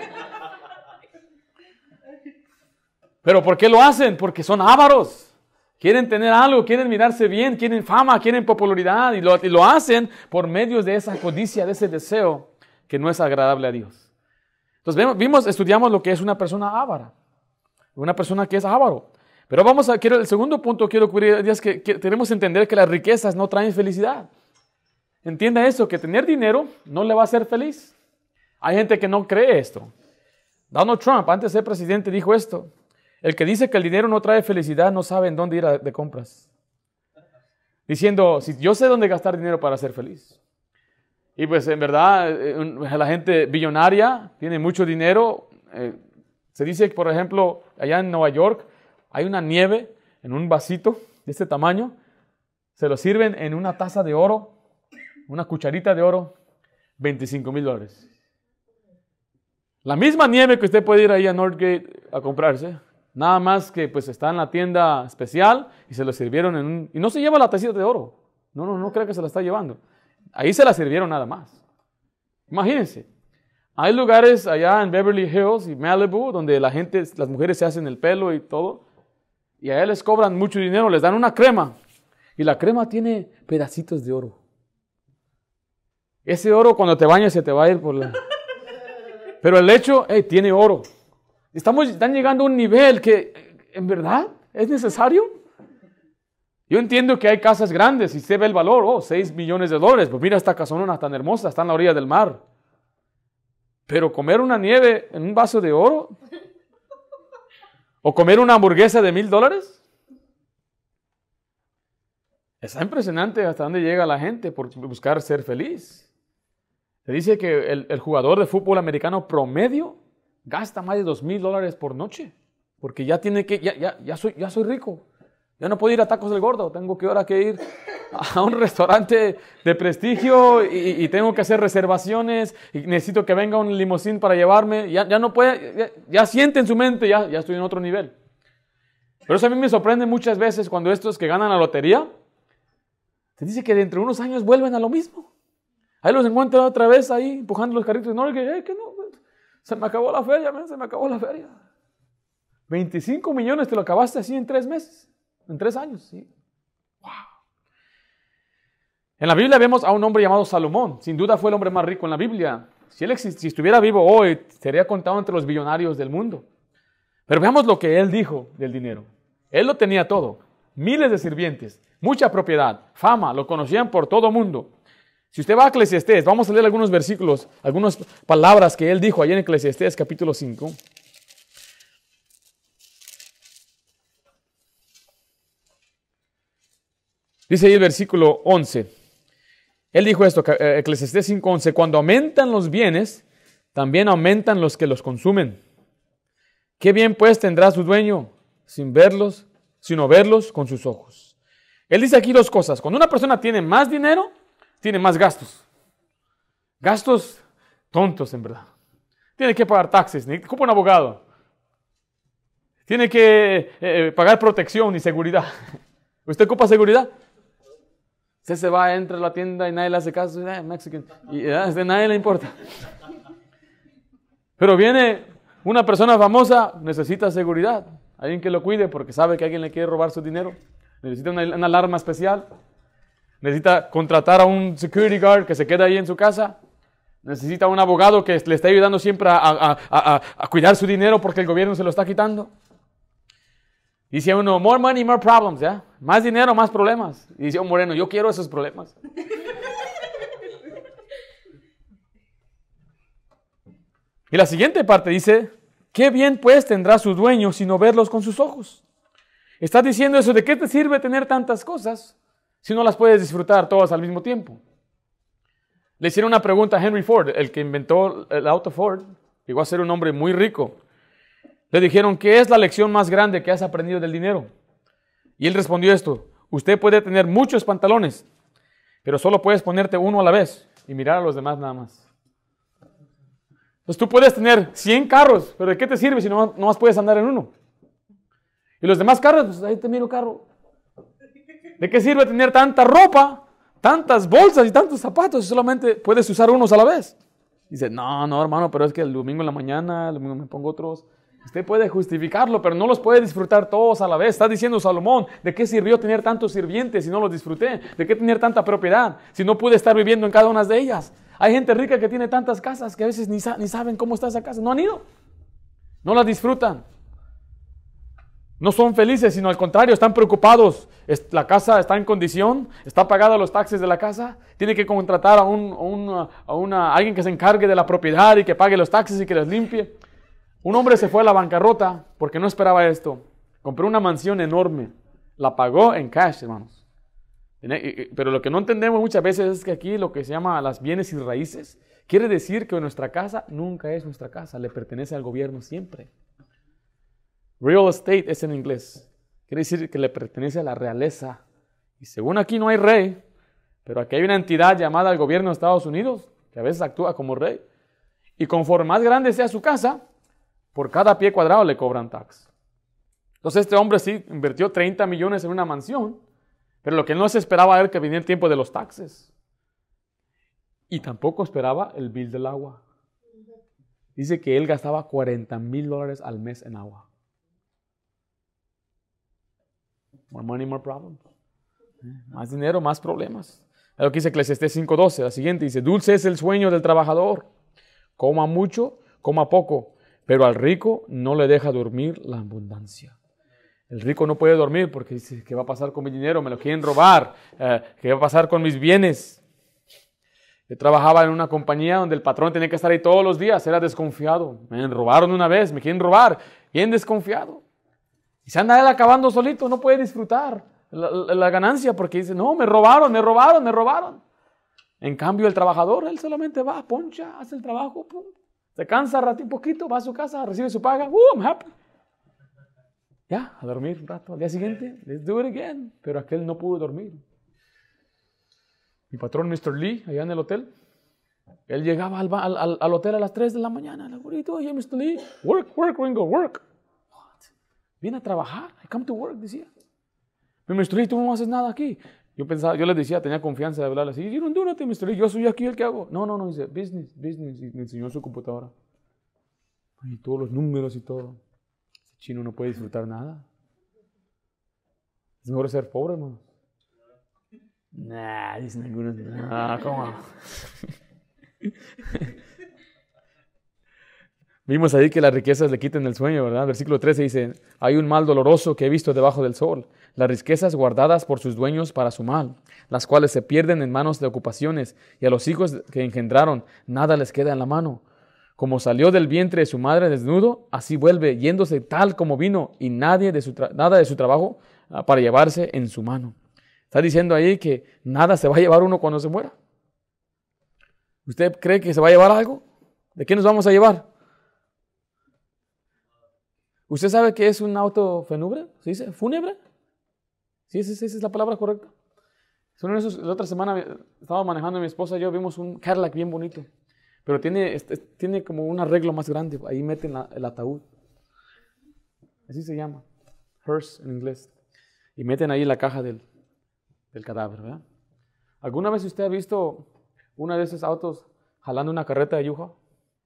Speaker 1: ¿Pero por qué lo hacen? Porque son ávaros. Quieren tener algo, quieren mirarse bien, quieren fama, quieren popularidad y lo, y lo hacen por medio de esa codicia, de ese deseo que no es agradable a Dios. Entonces vemos, vimos, estudiamos lo que es una persona ávara, una persona que es avaro. Pero vamos a, quiero, el segundo punto que quiero cubrir es que, que tenemos que entender que las riquezas no traen felicidad. Entienda eso, que tener dinero no le va a hacer feliz. Hay gente que no cree esto. Donald Trump, antes de ser presidente, dijo esto. El que dice que el dinero no trae felicidad no sabe en dónde ir a, de compras. Diciendo, si yo sé dónde gastar dinero para ser feliz. Y pues en verdad, la gente billonaria tiene mucho dinero. Eh, se dice que, por ejemplo, allá en Nueva York hay una nieve en un vasito de este tamaño. Se lo sirven en una taza de oro, una cucharita de oro, veinticinco mil dólares. La misma nieve que usted puede ir ahí a Northgate a comprarse. Nada más que pues está en la tienda especial y se lo sirvieron en un... Y no se lleva la tacita de oro. No, no, no creo que se la está llevando. Ahí se la sirvieron nada más. Imagínense. Hay lugares allá en Beverly Hills y Malibu donde la gente, las mujeres se hacen el pelo y todo. Y a ellas les cobran mucho dinero, les dan una crema. Y la crema tiene pedacitos de oro. Ese oro cuando te bañas se te va a ir por la... Pero el lecho, hey, tiene oro. Estamos, están llegando a un nivel que, ¿en verdad es necesario? Yo entiendo que hay casas grandes y se ve el valor, oh, seis millones de dólares. Pues mira esta casona tan hermosa, está en la orilla del mar. Pero comer una nieve en un vaso de oro, o comer una hamburguesa de mil dólares, está impresionante hasta dónde llega la gente por buscar ser feliz. Se dice que el, el jugador de fútbol americano promedio gasta más de dos mil dólares por noche, porque ya tiene que, ya, ya, ya, soy, ya soy rico, ya no puedo ir a Tacos del Gordo, tengo que ahora que ir a un restaurante de prestigio y, y tengo que hacer reservaciones y necesito que venga un limusín para llevarme, ya, ya no puede, ya, ya siente en su mente, ya, ya estoy en otro nivel. Pero eso a mí me sorprende muchas veces cuando estos que ganan la lotería, se dice que dentro de unos años vuelven a lo mismo. Ahí los encuentran otra vez ahí empujando los carritos, no, que, hey, que no, se me acabó la feria, man, se me acabó la feria. veinticinco millones te lo acabaste así en tres meses, en tres años. ¿Sí? Wow. En la Biblia vemos a un hombre llamado Salomón. Sin duda fue el hombre más rico en la Biblia. Si él exist- si estuviera vivo hoy, sería contado entre los billonarios del mundo. Pero veamos lo que él dijo del dinero. Él lo tenía todo. Miles de sirvientes, mucha propiedad, fama, lo conocían por todo el mundo. Si usted va a Eclesiastés, vamos a leer algunos versículos, algunas palabras que él dijo allí en Eclesiastés capítulo cinco. Dice ahí el versículo once. Él dijo esto, Eclesiastés cinco once, cuando aumentan los bienes, también aumentan los que los consumen. ¿Qué bien pues tendrá su dueño sin verlos, sino verlos con sus ojos? Él dice aquí dos cosas. Cuando una persona tiene más dinero, tiene más gastos. Gastos tontos, en verdad. Tiene que pagar taxes, ocupa un abogado. Tiene que eh, pagar protección y seguridad. ¿Usted ocupa seguridad? Usted se va, entra a la tienda y nadie le hace caso. Eh, Mexican, y eh, a nadie le importa. Pero viene una persona famosa, necesita seguridad. Alguien que lo cuide porque sabe que alguien le quiere robar su dinero. Necesita una, una alarma especial. Necesita contratar a un security guard que se quede ahí en su casa. Necesita un abogado que le esté ayudando siempre a, a, a, a, a cuidar su dinero porque el gobierno se lo está quitando. Dice uno, more money, more problems, ¿ya? Más dinero, más problemas. Y dice un moreno, yo quiero esos problemas. Y la siguiente parte dice, ¿qué bien pues tendrá su dueño si no verlos con sus ojos? Está diciendo eso, ¿de qué te sirve tener tantas cosas si no las puedes disfrutar todas al mismo tiempo? Le hicieron una pregunta a Henry Ford, el que inventó el auto Ford, llegó a ser un hombre muy rico. Le dijeron, ¿qué es la lección más grande que has aprendido del dinero? Y él respondió esto, usted puede tener muchos pantalones, pero solo puedes ponerte uno a la vez y mirar a los demás nada más. Pues tú puedes tener cien carros, pero ¿de qué te sirve si no, no más puedes andar en uno? Y los demás carros, pues ahí te miro carro. ¿De qué sirve tener tanta ropa, tantas bolsas y tantos zapatos si solamente puedes usar unos a la vez? Dice, no, no hermano, pero es que el domingo en la mañana, el domingo me pongo otros. Usted puede justificarlo, pero no los puede disfrutar todos a la vez. Está diciendo Salomón, ¿de qué sirvió tener tantos sirvientes si no los disfruté? ¿De qué tener tanta propiedad si no pude estar viviendo en cada una de ellas? Hay gente rica que tiene tantas casas que a veces ni, sa- ni saben cómo está esa casa. No han ido. No las disfrutan. No son felices, sino al contrario, están preocupados. Es- La casa está en condición, está pagada los taxes de la casa, tiene que contratar a, un, a, una, a una, alguien que se encargue de la propiedad y que pague los taxes y que los limpie. Un hombre se fue a la bancarrota porque no esperaba esto. Compró una mansión enorme, la pagó en cash, hermanos. Pero lo que no entendemos muchas veces es que aquí lo que se llama las bienes y raíces quiere decir que nuestra casa nunca es nuestra casa, le pertenece al gobierno siempre. Real estate es en inglés, quiere decir que le pertenece a la realeza. Y según aquí no hay rey, pero aquí hay una entidad llamada el gobierno de Estados Unidos que a veces actúa como rey. Y conforme más grande sea su casa, por cada pie cuadrado le cobran tax. Entonces este hombre sí invirtió treinta millones en una mansión, pero lo que no se esperaba era que viniera el tiempo de los taxes. Y tampoco esperaba el bill del agua. Dice que él gastaba cuarenta mil dólares al mes en agua. More money, more problems. Más dinero, más problemas. Es lo que dice Eclesiastés cinco doce. La siguiente dice, dulce es el sueño del trabajador. Coma mucho, coma poco, pero al rico no le deja dormir la abundancia. El rico no puede dormir porque dice, ¿qué va a pasar con mi dinero? Me lo quieren robar. Eh, ¿Qué va a pasar con mis bienes? Yo trabajaba en una compañía donde el patrón tenía que estar ahí todos los días. Era desconfiado. Me robaron una vez, me quieren robar. Bien desconfiado. Y se anda él acabando solito, no puede disfrutar la, la, la ganancia porque dice, no, me robaron, me robaron, me robaron. En cambio, el trabajador, él solamente va, poncha, hace el trabajo, pum, se cansa un poquito, va a su casa, recibe su paga, ¡uh, I'm happy! Ya, a dormir un rato. Al día siguiente, let's do it again. Pero aquel no pudo dormir. Mi patrón, mister Lee, allá en el hotel, él llegaba al, al, al hotel a las tres de la mañana. Le digo, oye, mister Lee, work, work, Ringo, work. What? Viene a trabajar, I come to work, decía. Pero mister Lee, tú no haces nada aquí. Yo pensaba, yo les decía, tenía confianza de hablarle así. You don't do nothing, mister Lee, yo soy aquí el que hago. No, no, no, dice, business, business. Y me enseñó su computadora. Y todos los números y todo. Chino no puede disfrutar nada. Es mejor ser pobre, hermano. Nah, dicen algunos. Ah, ¿cómo? Vimos ahí que las riquezas le quiten el sueño, ¿verdad? Versículo trece dice, hay un mal doloroso que he visto debajo del sol, las riquezas guardadas por sus dueños para su mal, las cuales se pierden en manos de ocupaciones, y a los hijos que engendraron nada les queda en la mano. Como salió del vientre de su madre desnudo, así vuelve, yéndose tal como vino, y nadie de su tra- nada de su trabajo uh, para llevarse en su mano. Está diciendo ahí que nada se va a llevar uno cuando se muera. ¿Usted cree que se va a llevar algo? ¿De qué nos vamos a llevar? ¿Usted sabe qué es un auto fúnebre? ¿Se dice fúnebre? ¿Sí, esa, esa es la palabra correcta? Son esos, la otra semana estaba manejando mi esposa y yo, vimos un Cadillac bien bonito. Pero tiene, este, tiene como un arreglo más grande. Ahí meten la, el ataúd. Así se llama. Hearse en inglés. Y meten ahí la caja del, del cadáver, ¿verdad? ¿Alguna vez usted ha visto uno de esos autos jalando una carreta de yuja?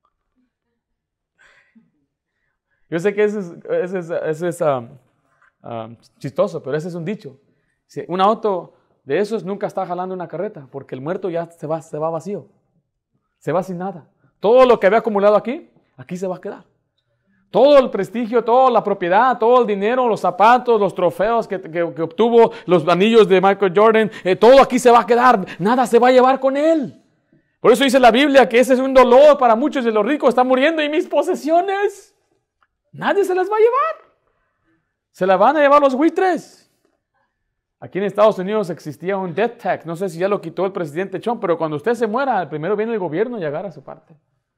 Speaker 1: Yo sé que eso es, eso es, eso es um, um, chistoso, pero ese es un dicho. Sí, un auto de esos nunca está jalando una carreta porque el muerto ya se va, se va vacío. Se va sin nada. Todo lo que había acumulado aquí, aquí se va a quedar. Todo el prestigio, toda la propiedad, todo el dinero, los zapatos, los trofeos que, que, que obtuvo, los anillos de Michael Jordan, eh, todo aquí se va a quedar. Nada se va a llevar con él. Por eso dice la Biblia que ese es un dolor para muchos de los ricos. Están muriendo y mis posesiones, nadie se las va a llevar. Se las van a llevar los buitres. Aquí en Estados Unidos existía un death tax, no sé si ya lo quitó el presidente Trump, pero cuando usted se muera, primero viene el gobierno y agarra su parte.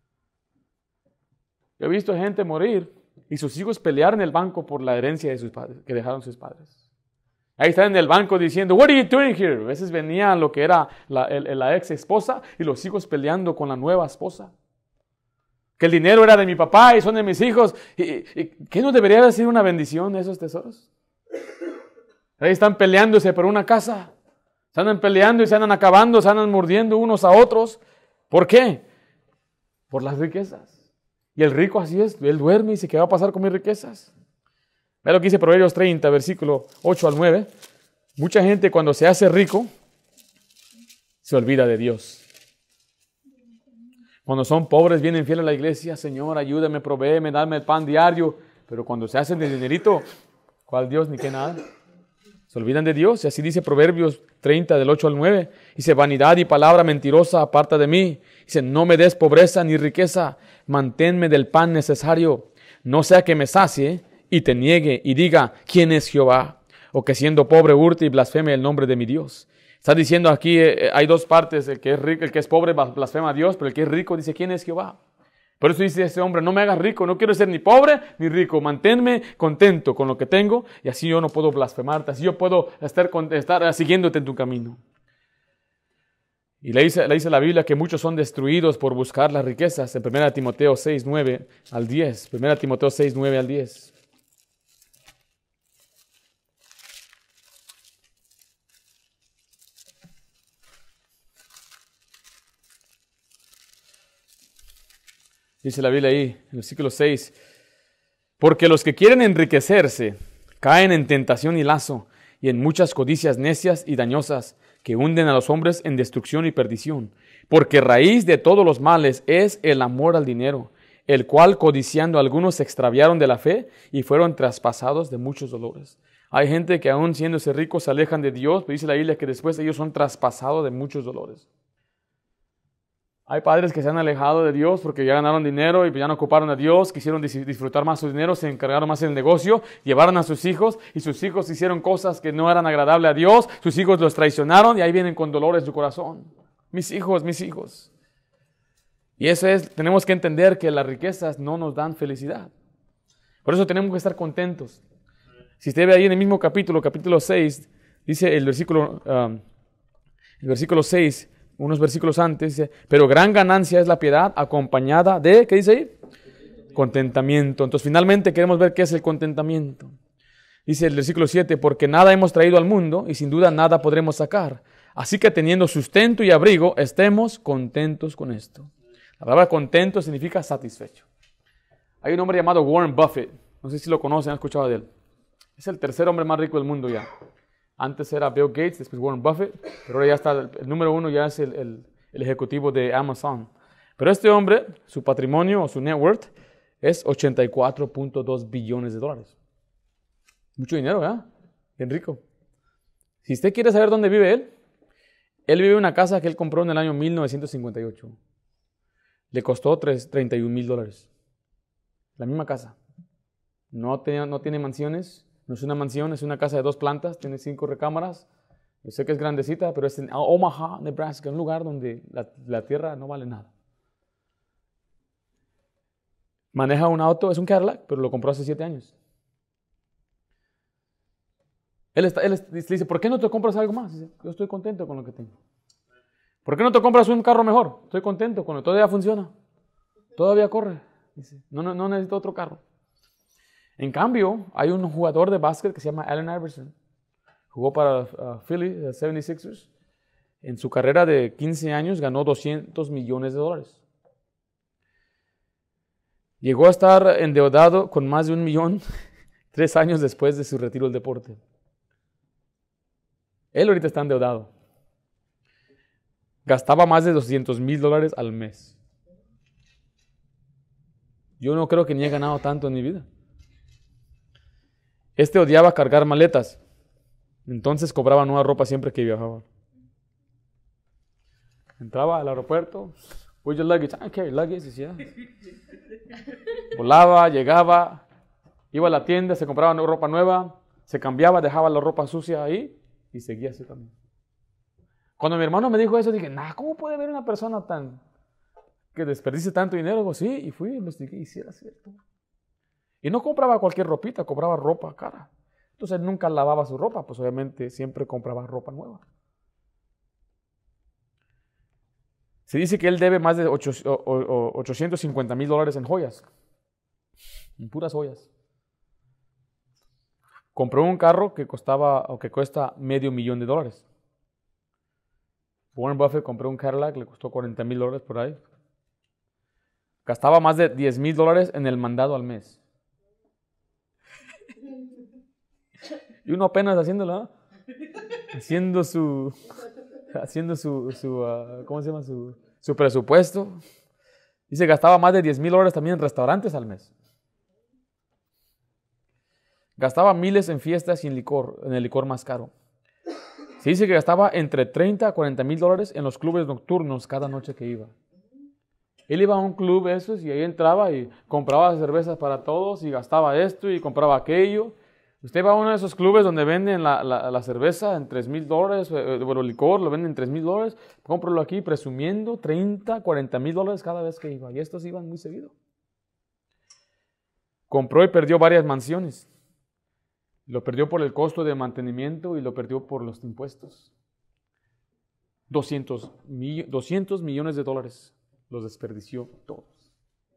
Speaker 1: Yo he visto gente morir y sus hijos pelear en el banco por la herencia de sus padres, que dejaron sus padres. Ahí están en el banco diciendo, what are you doing here? A veces venía lo que era la, el, la ex esposa y los hijos peleando con la nueva esposa. Que el dinero era de mi papá y son de mis hijos. ¿Y, y, ¿Qué no debería haber sido una bendición esos tesoros? Ahí están peleándose por una casa. Se andan peleando y se andan acabando, se andan mordiendo unos a otros. ¿Por qué? Por las riquezas. Y el rico así es, él duerme y dice, ¿qué va a pasar con mis riquezas? Ve lo que dice Proverbios treinta, versículo ocho al nueve. Mucha gente cuando se hace rico, se olvida de Dios. Cuando son pobres, vienen fieles a la iglesia, Señor, ayúdame, provéeme, dame el pan diario. Pero cuando se hacen de dinerito, ¿cuál Dios ni qué nada? Se olvidan de Dios, y así dice Proverbios treinta, del ocho al nueve. Dice, vanidad y palabra mentirosa aparta de mí. Dice, no me des pobreza ni riqueza, manténme del pan necesario. No sea que me sacie y te niegue y diga, ¿quién es Jehová? O que siendo pobre hurte y blasfeme el nombre de mi Dios. Está diciendo aquí, eh, hay dos partes, el que es rico, el que es pobre blasfema a Dios, pero el que es rico dice, ¿quién es Jehová? Por eso dice este hombre, no me hagas rico, no quiero ser ni pobre ni rico, manténme contento con lo que tengo y así yo no puedo blasfemarte, así yo puedo estar, estar siguiéndote en tu camino. Y le dice, le dice la Biblia que muchos son destruidos por buscar las riquezas en primera Timoteo seis, nueve al diez. primera Timoteo seis, nueve al diez. Dice la Biblia ahí, en el versículo seis, porque los que quieren enriquecerse caen en tentación y lazo y en muchas codicias necias y dañosas que hunden a los hombres en destrucción y perdición. Porque raíz de todos los males es el amor al dinero, el cual codiciando algunos se extraviaron de la fe y fueron traspasados de muchos dolores. Hay gente que aún siéndose ricos se alejan de Dios, pero dice la Biblia que después ellos son traspasados de muchos dolores. Hay padres que se han alejado de Dios porque ya ganaron dinero y ya no ocuparon a Dios, quisieron disfrutar más su dinero, se encargaron más del negocio, llevaron a sus hijos y sus hijos hicieron cosas que no eran agradables a Dios, sus hijos los traicionaron y ahí vienen con dolor en su corazón. Mis hijos, mis hijos. Y eso es, tenemos que entender que las riquezas no nos dan felicidad. Por eso tenemos que estar contentos. Si usted ve ahí en el mismo capítulo, capítulo seis, dice el versículo, um, el versículo seis, unos versículos antes, dice, pero gran ganancia es la piedad acompañada de, ¿qué dice ahí? Contentamiento. Entonces finalmente queremos ver qué es el contentamiento. Dice el versículo siete, porque nada hemos traído al mundo y sin duda nada podremos sacar. Así que teniendo sustento y abrigo, estemos contentos con esto. La palabra contento significa satisfecho. Hay un hombre llamado Warren Buffett, no sé si lo conocen, han escuchado de él. Es el tercer hombre más rico del mundo ya. Antes era Bill Gates, después Warren Buffett, pero ahora ya está, el, el número uno ya es el, el, el ejecutivo de Amazon. Pero este hombre, su patrimonio o su net worth es ochenta y cuatro punto dos billones de dólares. Mucho dinero, ¿verdad? Bien rico. Si usted quiere saber dónde vive él, él vive en una casa que él compró en el año mil novecientos cincuenta y ocho. Le costó treinta y un mil dólares. La misma casa. No, tenía, no tiene mansiones. No es una mansión, es una casa de dos plantas, tiene cinco recámaras. Yo sé que es grandecita, pero es en Omaha, Nebraska, un lugar donde la, la tierra no vale nada. Maneja un auto, es un Cadillac, pero lo compró hace siete años. Él, está, él le dice, ¿por qué no te compras algo más? Dice, yo estoy contento con lo que tengo. ¿Por qué no te compras un carro mejor? Estoy contento con lo que todavía funciona. Todavía corre. Dice, no, no, no necesito otro carro. En cambio, hay un jugador de básquet que se llama Allen Iverson. Jugó para uh, Philly, uh, setenta y seis ers. En su carrera de quince años ganó doscientos millones de dólares. Llegó a estar endeudado con más de un millón tres años después de su retiro del deporte. Él ahorita está endeudado. Gastaba más de doscientos mil dólares al mes. Yo no creo que ni he ganado tanto en mi vida. Este odiaba cargar maletas, entonces cobraba nueva ropa siempre que viajaba. Entraba al aeropuerto, "Where's your luggage?" "I carry luggage", decía. Volaba, llegaba, iba a la tienda, se compraba ropa nueva, se cambiaba, dejaba la ropa sucia ahí Y seguía así también. Cuando mi hermano me dijo eso, dije, nah, ¿cómo puede haber una persona tan que desperdicie tanto dinero? Digo, sí, y fui, investigué, y sí era cierto. Y no compraba cualquier ropita, compraba ropa cara. Entonces nunca lavaba su ropa, pues obviamente siempre compraba ropa nueva. Se dice que él debe más de ochocientos cincuenta mil dólares en joyas, en puras joyas. Compró un carro que costaba o que cuesta medio millón de dólares. Warren Buffett compró un Cadillac, le costó cuarenta mil dólares por ahí. Gastaba más de diez mil dólares en el mandado al mes. Y uno apenas haciéndolo, ¿eh? haciendo su, haciendo su, su uh, ¿cómo se llama? Su, su presupuesto. Y se gastaba más de diez mil dólares también en restaurantes al mes. Gastaba miles en fiestas y en licor, en el licor más caro. Se dice que gastaba entre treinta a cuarenta mil dólares en los clubes nocturnos cada noche que iba. Él iba a un club esos y ahí entraba y compraba cervezas para todos y gastaba esto y compraba aquello. Usted va a uno de esos clubes donde venden la, la, la cerveza en tres mil dólares, bueno, el licor lo venden en tres mil dólares, cómpralo aquí presumiendo treinta, cuarenta mil dólares cada vez que iba. Y estos iban muy seguido. Compró y perdió varias mansiones. Lo perdió por el costo de mantenimiento y lo perdió por los impuestos. doscientos, mill- doscientos millones de dólares los desperdició todos.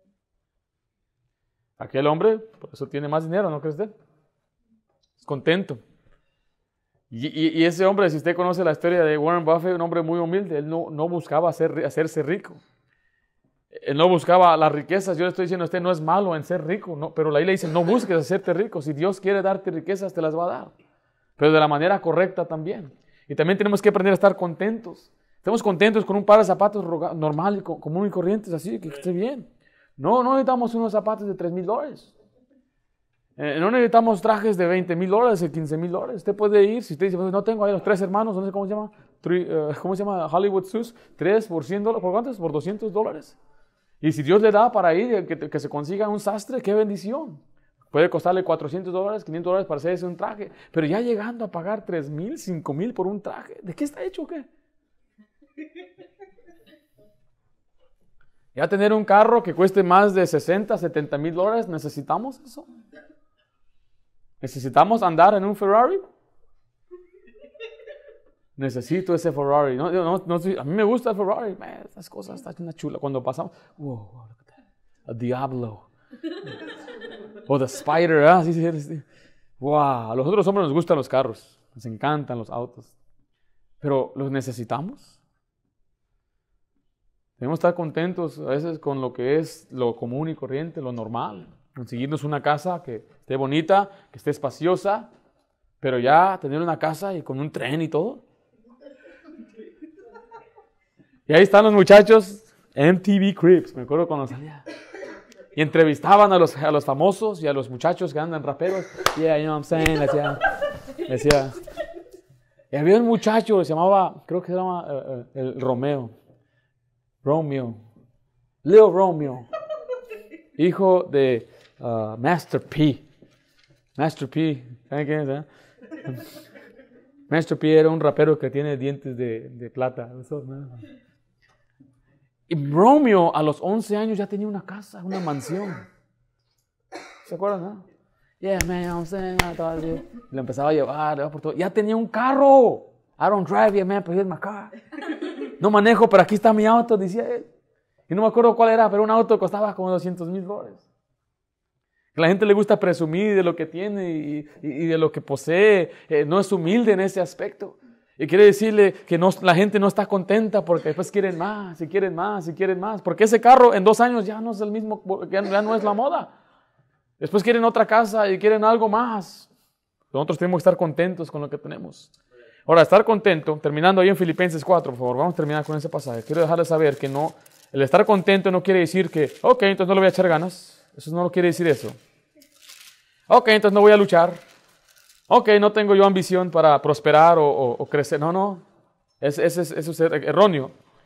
Speaker 1: Aquel hombre, por eso tiene más dinero, ¿no cree usted? Es contento. Y, y, y ese hombre, si usted conoce la historia de Warren Buffett, un hombre muy humilde, él no, no buscaba hacer, hacerse rico. Él no buscaba las riquezas. Yo le estoy diciendo a usted, no es malo en ser rico, no, pero la Biblia dice, no busques hacerte rico. Si Dios quiere darte riquezas, te las va a dar. Pero de la manera correcta también. Y también tenemos que aprender a estar contentos. Estamos contentos con un par de zapatos normal, y común y corrientes, así, que esté bien. No, no necesitamos unos zapatos de tres mil dólares. Eh, no necesitamos trajes de veinte mil dólares, de quince mil dólares. Usted puede ir, si usted dice, pues no tengo ahí los tres hermanos, no sé cómo se llama, Three, uh, ¿cómo se llama? Hollywood Shoes, tres por cien dólares, ¿por cuántos? Por doscientos dólares. Y si Dios le da para ir, que, que se consiga un sastre, qué bendición. Puede costarle cuatrocientos dólares, quinientos dólares para hacerse un traje. Pero ya llegando a pagar tres mil, cinco mil por un traje, ¿de qué está hecho o qué? Ya tener un carro que cueste más de sesenta, setenta mil dólares, ¿necesitamos eso? ¿Necesitamos andar en un Ferrari? Necesito ese Ferrari. No, no, no, a mí me gusta el Ferrari. Man, estas cosas están una chula. Cuando pasamos, wow, a Diablo. O the Spider. ¿eh? Sí, sí, sí. Wow, a los otros hombres nos gustan los carros. Nos encantan los autos. Pero ¿los necesitamos? Debemos estar contentos a veces con lo que es lo común y corriente, lo normal. Conseguirnos una casa que esté bonita, que esté espaciosa. Pero ya tener una casa y con un tren y todo. Y ahí están los muchachos, M T V Cribs, me acuerdo cuando salía. Y entrevistaban a los, a los famosos y a los muchachos que andan raperos. Yeah, you know what I'm saying, le decía, le decía. Y había un muchacho que se llamaba, creo que se llama uh, uh, el Romeo. Romeo. Lil Romeo. Hijo de uh, Master P. Master P, ¿saben quién es? Eh? Master P era un rapero que tiene dientes de, de plata. Eso, ¿no? Y Romeo a los once años ya tenía una casa, una mansión. ¿Se acuerdan? No? Yeah, man, I'm saying, le empezaba a llevar, le por todo. Ya tenía un carro. I don't drive yet, man, but here's my car. No manejo, pero aquí está mi auto, decía él. Y no me acuerdo cuál era, pero un auto costaba como doscientos mil dólares. A la gente le gusta presumir de lo que tiene y, y, y de lo que posee. Eh, no es humilde en ese aspecto. Y quiere decirle que no, la gente no está contenta porque después quieren más, y quieren más, y quieren más. Porque ese carro en dos años ya no es el mismo, ya, ya no es la moda. Después quieren otra casa y quieren algo más. Nosotros tenemos que estar contentos con lo que tenemos. Ahora, estar contento, terminando ahí en Filipenses cuatro, por favor, vamos a terminar con ese pasaje. Quiero dejarles saber que no, el estar contento no quiere decir que, ok, entonces no le voy a echar ganas. Eso no quiere decir eso. Ok, entonces no voy a luchar. Ok, no tengo yo ambición para prosperar o, o, o crecer. No, no. Es, es, es, eso es erróneo.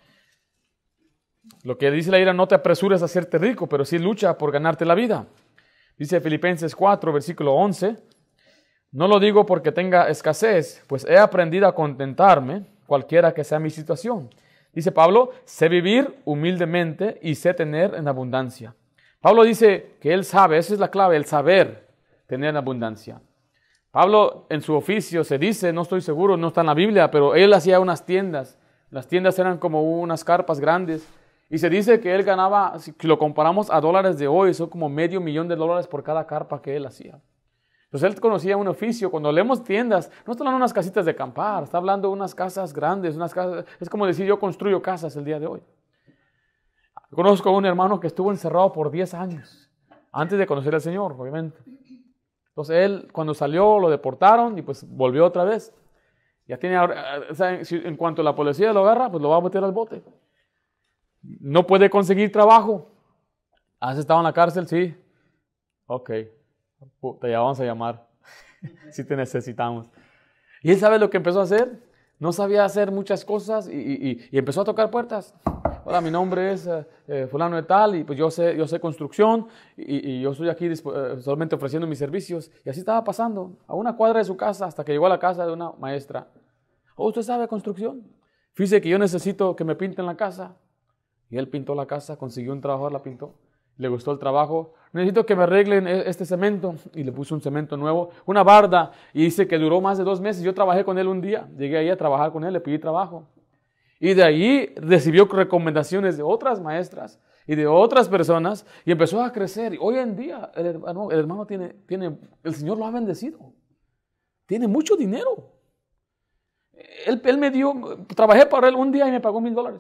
Speaker 1: Lo que dice la Biblia, no te apresures a hacerte rico, pero sí lucha por ganarte la vida. Dice Filipenses cuatro, versículo once. No lo digo porque tenga escasez, pues he aprendido a contentarme, cualquiera que sea mi situación. Dice Pablo, sé vivir humildemente y sé tener en abundancia. Pablo dice que él sabe, esa es la clave, el saber tener en abundancia. Pablo en su oficio se dice, no estoy seguro, no está en la Biblia, pero él hacía unas tiendas. Las tiendas eran como unas carpas grandes. Y se dice que él ganaba, si lo comparamos a dólares de hoy, son como medio millón de dólares por cada carpa que él hacía. Entonces él conocía un oficio. Cuando leemos tiendas, no está hablando de unas casitas de acampar, está hablando de unas casas grandes, unas casas, es como decir yo construyo casas el día de hoy. Conozco a un hermano que estuvo encerrado por diez años, antes de conocer al Señor, obviamente. Entonces él, cuando salió, lo deportaron y pues volvió otra vez. Ya tiene, o sea, en cuanto la policía lo agarra, pues lo va a meter al bote. No puede conseguir trabajo. ¿Has estado en la cárcel? Sí. Ok. Te vamos a llamar. Si te necesitamos. Y él sabe lo que empezó a hacer. No sabía hacer muchas cosas y, y, y empezó a tocar puertas. Hola, mi nombre es eh, fulano de tal y pues yo sé, yo sé construcción y, y yo estoy aquí eh, solamente ofreciendo mis servicios. Y así estaba pasando, a una cuadra de su casa, hasta que llegó a la casa de una maestra. Oh, ¿usted sabe construcción? Fíjese que yo necesito que me pinten la casa. Y él pintó la casa, consiguió un trabajador, la pintó. Le gustó el trabajo. Necesito que me arreglen este cemento. Y le puso un cemento nuevo, una barda. Y dice que duró más de dos meses. Yo trabajé con él un día. Llegué ahí a trabajar con él, le pedí trabajo. Y de ahí recibió recomendaciones de otras maestras y de otras personas. Y empezó a crecer. Y hoy en día el hermano, el hermano tiene, tiene, el Señor lo ha bendecido. Tiene mucho dinero. Él, él me dio, trabajé para él un día y me pagó mil dólares.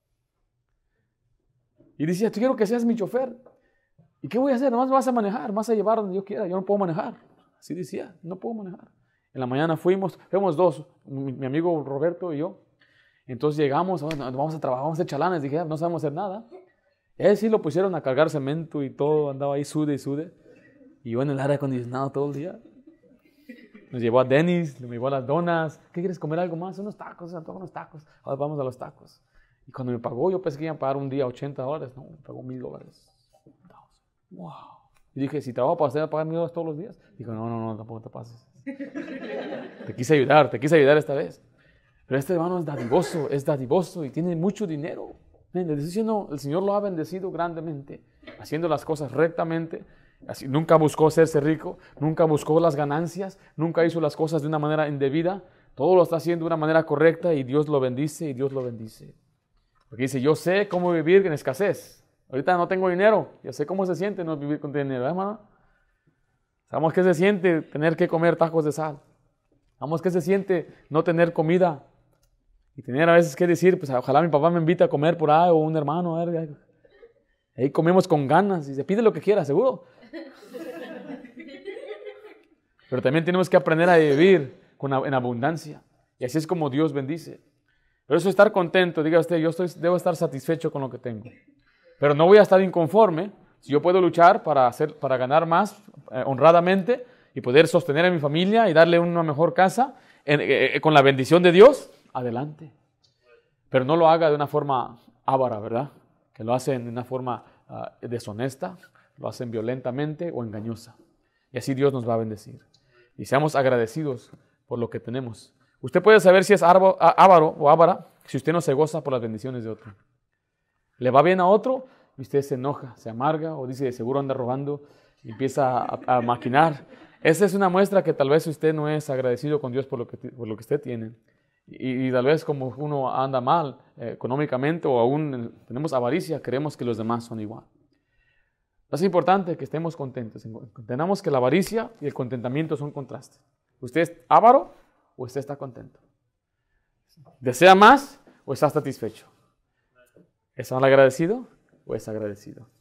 Speaker 1: Y decía, yo quiero que seas mi chofer. ¿Y qué voy a hacer? Nomás me vas a manejar, me vas a llevar donde yo quiera. Yo no puedo manejar. Así decía, no puedo manejar. En la mañana fuimos, fuimos dos, mi, mi amigo Roberto y yo. Entonces llegamos, vamos a trabajar, vamos a hacer chalanes. Dije, no sabemos hacer nada. Él sí lo pusieron a cargar cemento y todo, andaba ahí sude y sude. Y yo en el aire acondicionado todo el día. Nos llevó a Dennis, nos llevó a las donas. ¿Qué quieres comer algo más? Unos tacos, se antojan unos tacos. Ahora vamos a los tacos. Y cuando me pagó, yo pensé que iban a pagar un día ochenta dólares. No, me pagó mil dólares. Wow. Y dije, si trabajo para hacer, pagar mil dólares todos los días. Dijo, no, no, no, tampoco te pases. Te quise ayudar, te quise ayudar esta vez. Pero este hermano es dadivoso, es dadivoso y tiene mucho dinero. Le estoy diciendo, el Señor lo ha bendecido grandemente, haciendo las cosas rectamente. Así, nunca buscó hacerse rico, nunca buscó las ganancias, nunca hizo las cosas de una manera indebida. Todo lo está haciendo de una manera correcta y Dios lo bendice y Dios lo bendice. Porque dice, yo sé cómo vivir en escasez. Ahorita no tengo dinero, yo sé cómo se siente no vivir con dinero, ¿eh, hermano? Sabemos qué se siente tener que comer tacos de sal. Sabemos qué se siente no tener comida. Y tener a veces que decir, pues ojalá mi papá me invite a comer por ahí o un hermano. A ver, ahí comemos con ganas y se pide lo que quiera, seguro. Pero también tenemos que aprender a vivir con, en abundancia. Y así es como Dios bendice. Pero eso es estar contento. Diga usted, yo estoy, debo estar satisfecho con lo que tengo. Pero no voy a estar inconforme. Si yo puedo luchar para, hacer, para ganar más eh, honradamente y poder sostener a mi familia y darle una mejor casa en, eh, con la bendición de Dios, adelante. Pero no lo haga de una forma avara, ¿verdad? Que lo hacen de una forma uh, deshonesta, lo hacen violentamente o engañosa. Y así Dios nos va a bendecir. Y seamos agradecidos por lo que tenemos. Usted puede saber si es avaro o avara si usted no se goza por las bendiciones de otro. Le va bien a otro y usted se enoja, se amarga o dice de seguro anda robando y empieza a, a maquinar. Esa es una muestra que tal vez usted no es agradecido con Dios por lo que, por lo que usted tiene. Y, y tal vez como uno anda mal eh, económicamente o aún eh, tenemos avaricia, creemos que los demás son igual. Es importante que estemos contentos. Entendamos que la avaricia y el contentamiento son contrastes. ¿Usted es avaro o usted está contento? ¿Desea más o está satisfecho? ¿Es mal agradecido o es agradecido?